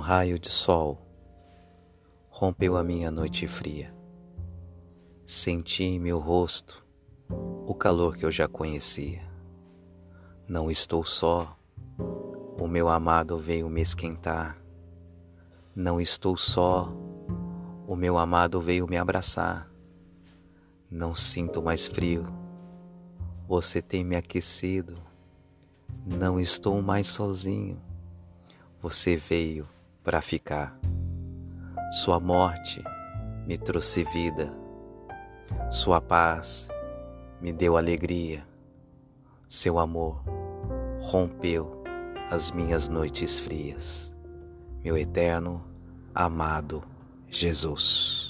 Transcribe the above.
raio de sol rompeu a minha noite fria. Senti em meu rosto o calor que eu já conhecia. Não estou só, o meu amado veio me esquentar. Não estou só, o meu amado veio me abraçar. Não sinto mais frio, você tem me aquecido. Não estou mais sozinho, você veio para ficar. Sua morte me trouxe vida, sua paz me deu alegria. Seu amor rompeu as minhas noites frias. Meu eterno, amado Jesus.